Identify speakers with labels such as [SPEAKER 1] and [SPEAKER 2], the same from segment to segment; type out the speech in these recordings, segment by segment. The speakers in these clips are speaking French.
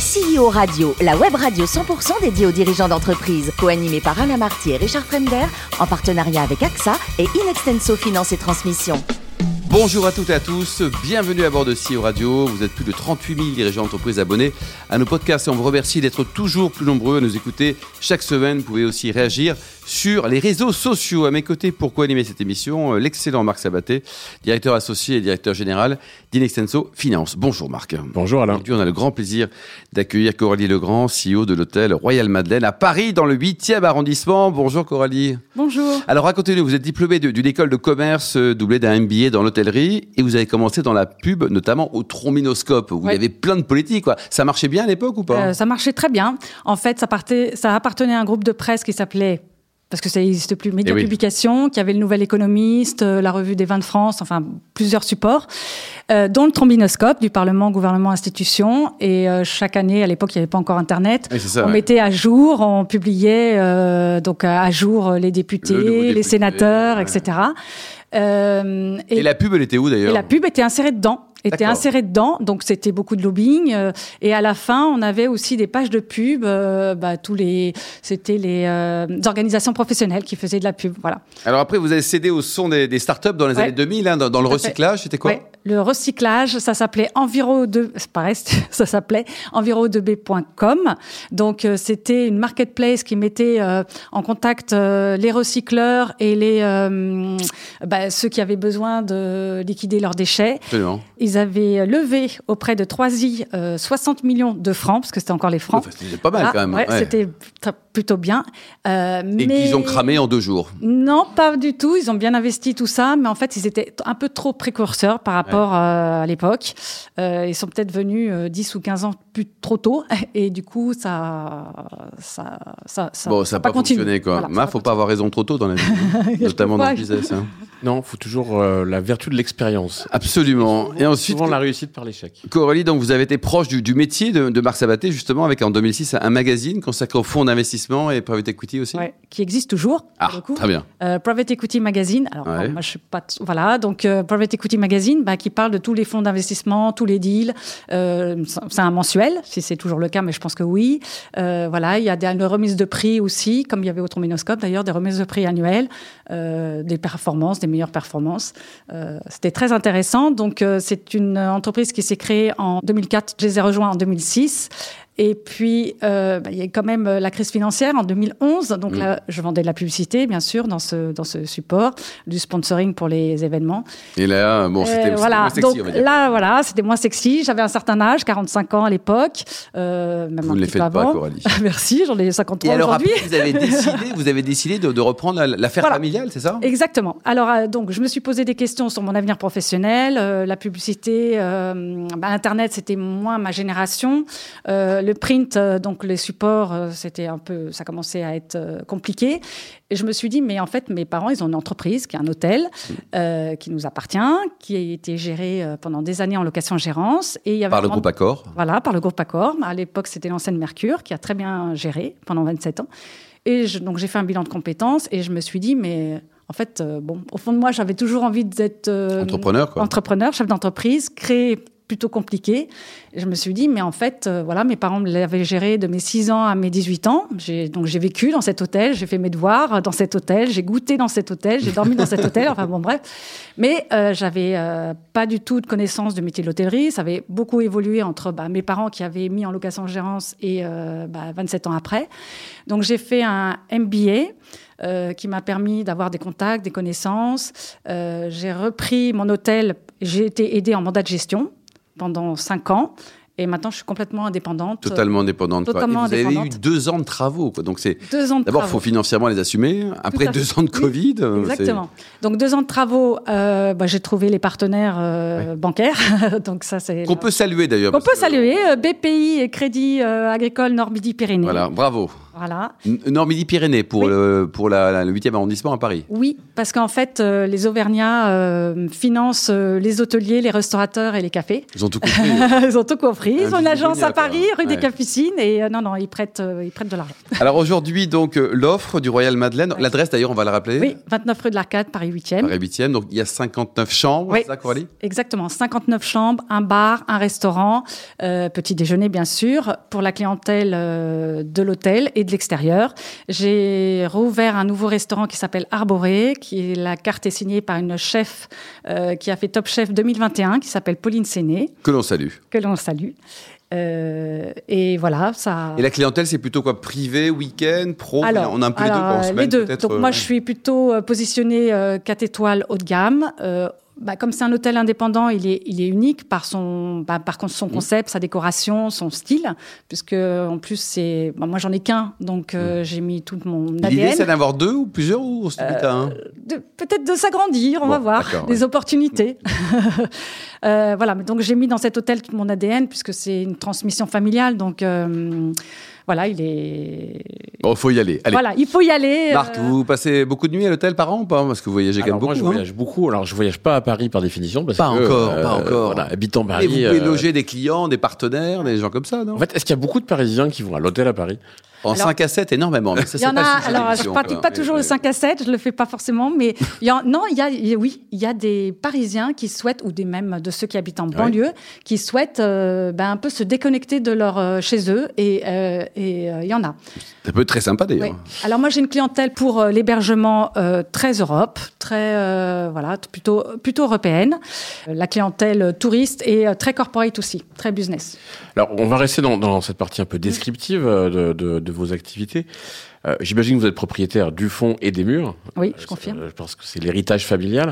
[SPEAKER 1] CEO Radio, la web radio 100% dédiée aux dirigeants d'entreprise, co-animée par Alain Marty et Richard Fremder, en partenariat avec AXA et Inextenso Finance et Transmission.
[SPEAKER 2] Bonjour à toutes et à tous, bienvenue à bord de CEO Radio. Vous êtes plus de 38 000 dirigeants d'entreprise abonnés à nos podcasts et on vous remercie d'être toujours plus nombreux à nous écouter chaque semaine. Vous pouvez aussi réagir sur les réseaux sociaux. À mes côtés, pour co-animer cette émission, l'excellent Marc Sabaté, directeur associé et directeur général d'Inextenso Finance. Bonjour Marc.
[SPEAKER 3] Bonjour Alain.
[SPEAKER 2] Aujourd'hui, on a le grand plaisir d'accueillir Coralie Legrand, CEO de l'hôtel Royal Madeleine à Paris, dans le 8e arrondissement. Bonjour Coralie.
[SPEAKER 4] Bonjour.
[SPEAKER 2] Alors racontez-nous, vous êtes diplômée d'une école de commerce doublée d'un MBA dans l'hôtellerie et vous avez commencé dans la pub, notamment au Trombinoscope, où il y avait plein de politique, quoi. Ça marchait bien à l'époque ou pas ?
[SPEAKER 4] Ça marchait très bien. En fait, ça appartenait à un groupe de presse qui s'appelait, parce que ça n'existe plus, Média Publication, qui avait le Nouvel Économiste, la Revue des Vins de France, enfin plusieurs supports, dont le Trombinoscope du Parlement, gouvernement, institution. Et chaque année, à l'époque, il n'y avait pas encore Internet, mettait à jour, on publiait donc à jour les députés, les sénateurs, etc.
[SPEAKER 2] Et la pub, elle était où d'ailleurs ?
[SPEAKER 4] Et la pub était insérée dedans. Donc c'était beaucoup de lobbying, et à la fin on avait aussi des pages de pub, c'était les organisations professionnelles qui faisaient de la pub, voilà.
[SPEAKER 2] Alors après vous avez cédé au son des startups dans les années 2000, hein, dans le recyclage, c'était quoi ?
[SPEAKER 4] Le recyclage, ça s'appelait Enviro2B.com. Donc c'était une marketplace qui mettait en contact les recycleurs et ceux qui avaient besoin de liquider leurs déchets.
[SPEAKER 2] Absolument.
[SPEAKER 4] Ils avaient levé auprès de Troisy 60 millions de francs, parce que c'était encore les francs.
[SPEAKER 2] C'était pas mal quand même.
[SPEAKER 4] C'était plutôt bien.
[SPEAKER 2] Et qu'ils ont cramé en 2 jours.
[SPEAKER 4] Non, pas du tout. Ils ont bien investi tout ça, mais en fait, ils étaient un peu trop précurseurs par rapport à l'époque. Ils sont peut-être venus 10 ou 15 ans trop tôt, et du coup, ça
[SPEAKER 2] n'a pas fonctionné, quoi.
[SPEAKER 4] Voilà,
[SPEAKER 2] faut pas avoir raison trop tôt dans la vie, notamment dans le business. Hein.
[SPEAKER 3] Non, il faut toujours la vertu de l'expérience.
[SPEAKER 2] Absolument. Et ensuite,
[SPEAKER 3] souvent la réussite par l'échec.
[SPEAKER 2] Coralie, donc vous avez été proche du métier de Marc Sabaté, justement, avec en 2006 un magazine consacré aux fonds d'investissement et private equity aussi.
[SPEAKER 4] Ouais, qui existe toujours.
[SPEAKER 2] Ah, très bien.
[SPEAKER 4] Private Equity Magazine. Alors, moi, je suis pas. Voilà, donc Private Equity Magazine, qui parle de tous les fonds d'investissement, tous les deals. C'est un mensuel, si c'est toujours le cas, mais je pense que oui. Voilà, il y a des remises de prix aussi, comme il y avait au Trombinoscope d'ailleurs, des remises de prix annuelles, des performances, des meilleures performances. C'était très intéressant. Donc, c'est une entreprise qui s'est créée en 2004. Je les ai rejoints en 2006. Et puis, il y a quand même la crise financière en 2011. Donc là, je vendais de la publicité, bien sûr, dans ce support, du sponsoring pour les événements.
[SPEAKER 2] Et là, c'était moins sexy,
[SPEAKER 4] donc,
[SPEAKER 2] on va dire.
[SPEAKER 4] Là, voilà, c'était moins sexy. J'avais un certain âge, 45 ans à l'époque. Même
[SPEAKER 2] vous ne les faites pas, Coralie.
[SPEAKER 4] Merci, j'en ai 53 aujourd'hui.
[SPEAKER 2] Et alors après, vous avez décidé de reprendre l'affaire familiale, c'est ça ?
[SPEAKER 4] Exactement. Alors, donc, je me suis posé des questions sur mon avenir professionnel. La publicité, Internet, c'était moins ma génération. Le print, donc les supports, c'était un peu, ça commençait à être compliqué. Et je me suis dit, mais en fait, mes parents, ils ont une entreprise qui est un hôtel qui nous appartient, qui a été géré pendant des années en location-gérance. Et il y avait
[SPEAKER 2] par le groupe Accor.
[SPEAKER 4] Voilà, par le groupe Accor. À l'époque, c'était l'enseigne Mercure, qui a très bien géré pendant 27 ans. Et donc, j'ai fait un bilan de compétences et je me suis dit, mais en fait, au fond de moi, j'avais toujours envie d'être entrepreneur, chef d'entreprise, créer plutôt compliqué. Et je me suis dit, mais en fait, mes parents me l'avaient géré de mes 6 ans à mes 18 ans. Donc, j'ai vécu dans cet hôtel, j'ai fait mes devoirs dans cet hôtel, j'ai goûté dans cet hôtel, j'ai dormi dans cet hôtel, enfin bon, bref. Mais j'avais pas du tout de connaissance du métier de l'hôtellerie. Ça avait beaucoup évolué entre mes parents qui avaient mis en location-gérance et 27 ans après. Donc, j'ai fait un MBA qui m'a permis d'avoir des contacts, des connaissances. J'ai repris mon hôtel, j'ai été aidée en mandat de gestion pendant 5 ans. Et maintenant, je suis complètement indépendante.
[SPEAKER 2] Totalement indépendante. Et vous avez eu 2 ans de travaux, quoi. Donc,
[SPEAKER 4] 2 ans de
[SPEAKER 2] d'abord, il faut financièrement les assumer. Après 2 ans de Covid.
[SPEAKER 4] Exactement. Donc, 2 ans de travaux, j'ai trouvé les partenaires bancaires. Donc, ça, c'est
[SPEAKER 2] peut saluer, d'ailleurs.
[SPEAKER 4] Qu'on peut saluer. BPI et Crédit Agricole Nord-Midi-Pyrénées.
[SPEAKER 2] Voilà, bravo.
[SPEAKER 4] Voilà.
[SPEAKER 2] Nord Midi-Pyrénées pour,
[SPEAKER 4] Oui.
[SPEAKER 2] le 8e arrondissement à Paris.
[SPEAKER 4] Oui, parce qu'en fait, les Auvergnats financent les hôteliers, les restaurateurs et les cafés.
[SPEAKER 2] Ils ont tout compris.
[SPEAKER 4] Ils ont tout compris. Ils ont une agence à
[SPEAKER 2] quoi.
[SPEAKER 4] Paris, rue des
[SPEAKER 2] Ouais.
[SPEAKER 4] Capucines, et non, ils prêtent de l'argent.
[SPEAKER 2] Alors aujourd'hui, donc, l'offre du Royal Madeleine,
[SPEAKER 4] Ouais.
[SPEAKER 2] l'adresse d'ailleurs, on va la rappeler.
[SPEAKER 4] Oui, 29 rue de l'Arcade, Paris 8e.
[SPEAKER 2] Paris 8e, donc il y a 59 chambres,
[SPEAKER 4] Oui.
[SPEAKER 2] c'est ça, Coralie?
[SPEAKER 4] Exactement, 59 chambres, un bar, un restaurant, petit déjeuner bien sûr, pour la clientèle de l'hôtel et de l'extérieur. J'ai rouvert un nouveau restaurant qui s'appelle Arboré, la carte est signée par une chef qui a fait Top Chef 2021, qui s'appelle Pauline Séné,
[SPEAKER 2] Que l'on salue.
[SPEAKER 4] que l'on salue. Et voilà, ça...
[SPEAKER 2] Et la clientèle, c'est plutôt quoi? Privé, week-end, pro? On a un peu les deux, quoi, en semaine,
[SPEAKER 4] les deux.
[SPEAKER 2] peut-être,
[SPEAKER 4] Donc moi, je suis plutôt positionnée 4 étoiles haut de gamme. Comme c'est un hôtel indépendant, il est unique par son concept, sa décoration, son style, puisque en plus moi j'en ai qu'un, donc j'ai mis tout mon ADN.
[SPEAKER 2] L'idée, c'est d'en avoir deux ou plusieurs, ou on se limite à un?
[SPEAKER 4] Peut-être de s'agrandir, on va voir, des opportunités. Voilà, mais donc j'ai mis dans cet hôtel tout mon ADN, puisque c'est une transmission familiale, donc voilà, il est...
[SPEAKER 2] Bon, il faut y aller. Allez.
[SPEAKER 4] Voilà, il faut y aller.
[SPEAKER 2] Marc, vous passez beaucoup de nuits à l'hôtel par an ou pas? Parce que vous voyagez quand même beaucoup.
[SPEAKER 3] Moi, je voyage beaucoup. Alors, je voyage pas à Paris par définition. Parce
[SPEAKER 2] Pas
[SPEAKER 3] que,
[SPEAKER 2] encore.
[SPEAKER 3] Voilà, habitant
[SPEAKER 2] Et
[SPEAKER 3] Paris.
[SPEAKER 2] vous pouvez loger des clients, des partenaires, des gens comme ça, non?
[SPEAKER 3] En fait, est-ce qu'il y a beaucoup de Parisiens qui vont à l'hôtel à Paris?
[SPEAKER 2] En 5 à 7, énormément. Mais ça,
[SPEAKER 4] Il y en
[SPEAKER 2] c'est pas
[SPEAKER 4] a,
[SPEAKER 2] le sujet de
[SPEAKER 4] alors je
[SPEAKER 2] l'émission,
[SPEAKER 4] pratique
[SPEAKER 2] quoi.
[SPEAKER 4] pas toujours le 5 à 7, je le fais pas forcément, mais il y a des Parisiens qui souhaitent, ou même de ceux qui habitent en banlieue, qui souhaitent un peu se déconnecter de leur chez eux, et il y en a.
[SPEAKER 2] Ça peut être très sympa d'ailleurs.
[SPEAKER 4] Oui. Alors moi j'ai une clientèle pour l'hébergement très Europe, très plutôt européenne. La clientèle touriste et très corporate aussi, très business.
[SPEAKER 3] Alors, on va rester dans cette partie un peu descriptive de vos activités. J'imagine que vous êtes propriétaire du fond et des murs.
[SPEAKER 4] Oui, je confirme.
[SPEAKER 3] Je pense que c'est l'héritage familial.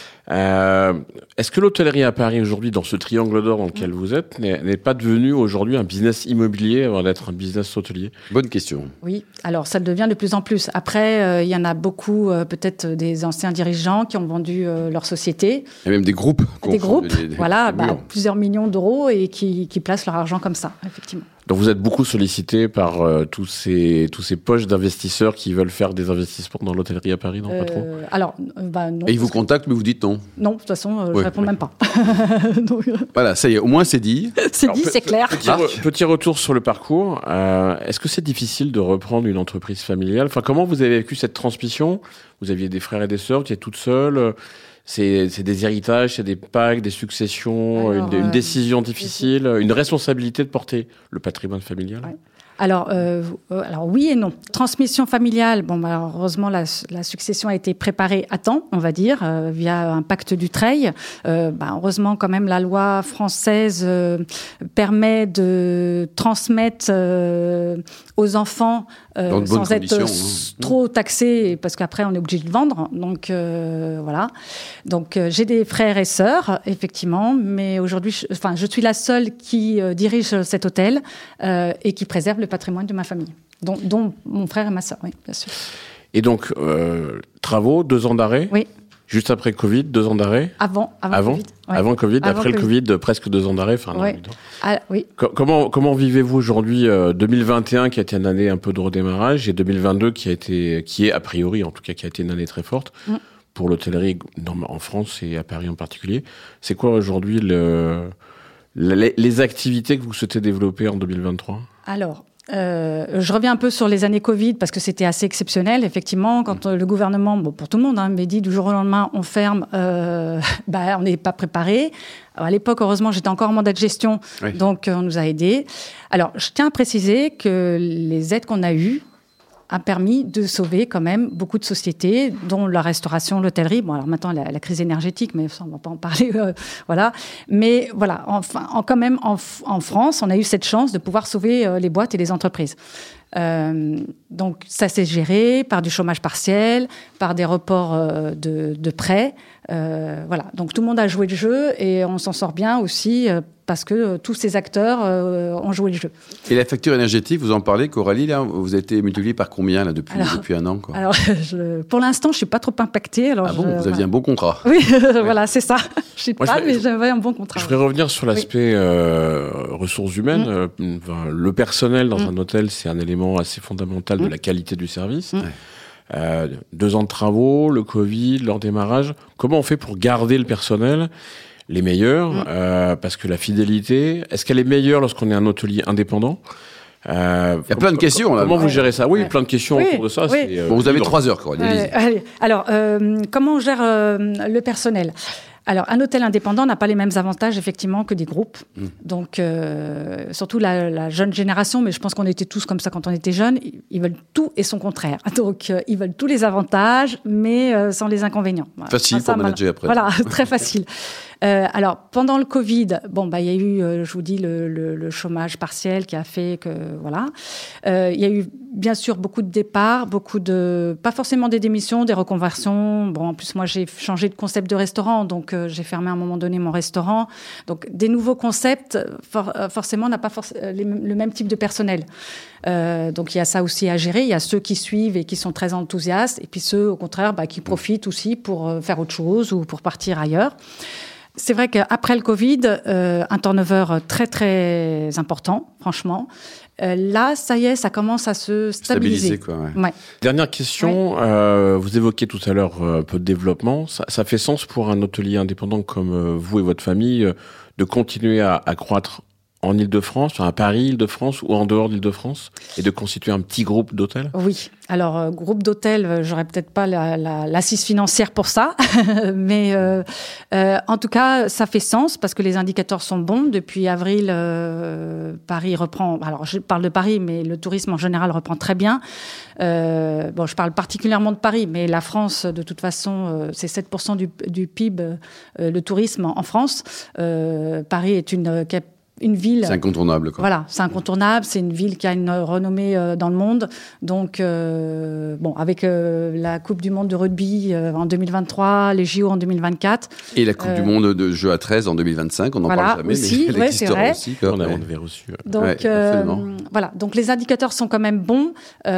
[SPEAKER 3] Est-ce que l'hôtellerie à Paris aujourd'hui, dans ce triangle d'or dans lequel vous êtes, n'est pas devenue aujourd'hui un business immobilier avant d'être un business hôtelier?
[SPEAKER 2] Bonne question.
[SPEAKER 4] Oui, alors ça le devient de plus en plus. Après, il y en a beaucoup, peut-être des anciens dirigeants qui ont vendu leur société.
[SPEAKER 2] Il y a même des groupes.
[SPEAKER 4] Des groupes, voilà,
[SPEAKER 2] des murs.
[SPEAKER 4] plusieurs millions d'euros et qui placent leur argent comme ça, effectivement.
[SPEAKER 3] Donc vous êtes beaucoup sollicité par tous ces poches d'investisseurs qui veulent faire des investissements dans l'hôtellerie à Paris, non, pas trop?
[SPEAKER 4] Alors, non.
[SPEAKER 2] Et ils vous contactent, mais vous dites non.
[SPEAKER 4] Non, de toute façon, je réponds même pas. Donc,
[SPEAKER 2] Voilà, ça y est, au moins c'est dit.
[SPEAKER 4] c'est dit, c'est clair.
[SPEAKER 3] Petit retour sur le parcours. Est-ce que c'est difficile de reprendre une entreprise familiale? Enfin, comment vous avez vécu cette transmission? Vous aviez des frères et des sœurs, vous étiez toute seule. C'est des héritages, c'est des packs, des successions,
[SPEAKER 4] Alors,
[SPEAKER 3] une décision difficile, une responsabilité de porter le patrimoine familial.
[SPEAKER 4] Ouais. Alors oui et non. Transmission familiale, heureusement la succession a été préparée à temps, on va dire, via un pacte du Treil. Heureusement quand même la loi française permet de transmettre aux enfants sans être trop taxé, parce qu'après on est obligé de vendre. Donc voilà. Donc j'ai des frères et sœurs, effectivement, mais aujourd'hui, je suis la seule qui dirige cet hôtel et qui préserve le patrimoine de ma famille, dont mon frère et ma sœur, oui, bien sûr.
[SPEAKER 3] Et donc, travaux, 2 ans d'arrêt?
[SPEAKER 4] Oui.
[SPEAKER 3] Juste après Covid, 2 ans d'arrêt?
[SPEAKER 4] Avant Covid. Ouais.
[SPEAKER 3] Avant Covid,
[SPEAKER 4] Avant
[SPEAKER 3] après
[SPEAKER 4] Covid.
[SPEAKER 3] le Covid, presque 2 ans d'arrêt.
[SPEAKER 4] Ouais. Oui.
[SPEAKER 3] Comment vivez-vous aujourd'hui 2021 qui a été une année un peu de redémarrage et 2022 qui est a priori, en tout cas, qui a été une année très forte pour l'hôtellerie en France et à Paris en particulier. C'est quoi aujourd'hui les activités que vous souhaitez développer en 2023?
[SPEAKER 4] Alors, je reviens un peu sur les années Covid parce que c'était assez exceptionnel, effectivement, quand le gouvernement, pour tout le monde, m'avait dit du jour au lendemain, on ferme, on n'est pas préparé. Alors, à l'époque, heureusement, j'étais encore en mandat de gestion, donc on nous a aidés. Alors, je tiens à préciser que les aides qu'on a eues a permis de sauver quand même beaucoup de sociétés, dont la restauration, l'hôtellerie. Bon, alors maintenant, la crise énergétique, mais ça, on ne va pas en parler, voilà. Mais voilà, quand même, en France, on a eu cette chance de pouvoir sauver les boîtes et les entreprises. Donc, ça s'est géré par du chômage partiel, par des reports de prêts. Voilà. Donc, tout le monde a joué le jeu et on s'en sort bien aussi parce que tous ces acteurs ont joué le jeu.
[SPEAKER 2] Et la facture énergétique, vous en parlez, Coralie, là, vous avez été multipliée par combien là, depuis un an, quoi?
[SPEAKER 4] Alors, pour l'instant, je ne suis pas trop impactée. Alors
[SPEAKER 2] vous aviez un bon contrat?
[SPEAKER 4] Oui, voilà, c'est ça. Je ne sais pas, mais j'avais un bon contrat.
[SPEAKER 3] Je voudrais revenir sur l'aspect ressources humaines. Le personnel dans un hôtel, c'est un élément élément assez fondamental de la qualité du service. 2 ans de travaux, le Covid, leur démarrage. Comment on fait pour garder le personnel, les meilleurs, parce que la fidélité, est-ce qu'elle est meilleure lorsqu'on est un hôtelier indépendant?
[SPEAKER 2] Il y a plein de questions.
[SPEAKER 3] Comment vous gérez ça? Oui, plein de questions autour de ça.
[SPEAKER 4] Oui.
[SPEAKER 2] Bon, vous avez 3 heures, Coralie.
[SPEAKER 4] Allez. Alors, comment on gère le personnel? Alors, un hôtel indépendant n'a pas les mêmes avantages, effectivement, que des groupes. Donc, surtout la jeune génération, mais je pense qu'on était tous comme ça quand on était jeunes, ils veulent tout et son contraire. Donc, ils veulent tous les avantages, mais sans les inconvénients. Voilà.
[SPEAKER 2] Facile pour manager après.
[SPEAKER 4] Voilà, très facile. Alors, pendant le Covid, il y a eu, je vous dis, le chômage partiel qui a fait que, voilà. Il y a eu, bien sûr, beaucoup de départs, pas forcément des démissions, des reconversions. Bon, en plus, moi, j'ai changé de concept de restaurant, donc j'ai fermé à un moment donné mon restaurant. Donc, des nouveaux concepts, forcément, n'a pas le même type de personnel. Donc, il y a ça aussi à gérer. Il y a ceux qui suivent et qui sont très enthousiastes, et puis ceux, au contraire, qui profitent aussi pour faire autre chose ou pour partir ailleurs. C'est vrai qu'après le Covid, un turnover très, très important, franchement. Là, ça y est, ça commence à se stabiliser.
[SPEAKER 2] Ouais.
[SPEAKER 3] Dernière question, vous évoquiez tout à l'heure un peu de développement. Ça fait sens pour un hôtelier indépendant comme vous et votre famille de continuer à croître en Île-de-France, à Paris, Île-de-France ou en dehors d'Île-de-France, et de constituer un petit groupe d'hôtels?
[SPEAKER 4] Oui. Alors, groupe d'hôtels, j'aurais peut-être pas l'assise financière pour ça, mais en tout cas, ça fait sens parce que les indicateurs sont bons. Depuis avril, Paris reprend. Alors, je parle de Paris, mais le tourisme en général reprend très bien. Je parle particulièrement de Paris, mais la France, de toute façon, c'est 7% du PIB, le tourisme en France. Paris est une ville...
[SPEAKER 2] C'est incontournable, quoi.
[SPEAKER 4] Voilà, c'est incontournable. C'est une ville qui a une renommée dans le monde. Donc, avec la Coupe du Monde de rugby en 2023, les JO en 2024.
[SPEAKER 2] Et la Coupe du Monde de jeux à 13 en 2025, on n'en parle jamais,
[SPEAKER 4] aussi,
[SPEAKER 2] mais elle existera aussi.
[SPEAKER 3] On avait reçu.
[SPEAKER 4] Donc, voilà. Donc, les indicateurs sont quand même bons.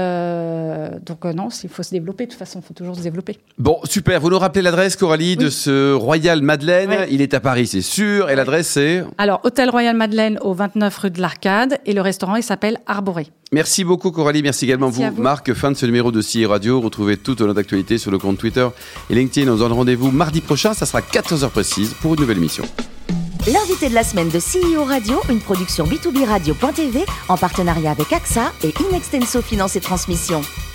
[SPEAKER 4] Non, il faut se développer. De toute façon, il faut toujours se développer.
[SPEAKER 2] Bon, super. Vous nous rappelez l'adresse, Coralie, de ce Royal Madeleine. Il est à Paris, c'est sûr. Et l'adresse, c'est...
[SPEAKER 4] Alors, Hôtel Royal Madeleine au 29 rue de l'Arcade, et le restaurant, il s'appelle Arboré.
[SPEAKER 2] Merci beaucoup, Coralie. Merci également
[SPEAKER 4] à vous,
[SPEAKER 2] Marc. Fin de ce numéro de CI Radio. Retrouvez toute notre actualité sur le compte Twitter et LinkedIn. On se donne rendez-vous mardi prochain. Ça sera 14h précise pour une nouvelle émission.
[SPEAKER 1] L'invité de la semaine de CIO Radio, une production B2B Radio.tv en partenariat avec AXA et Inextenso Finance et Transmission.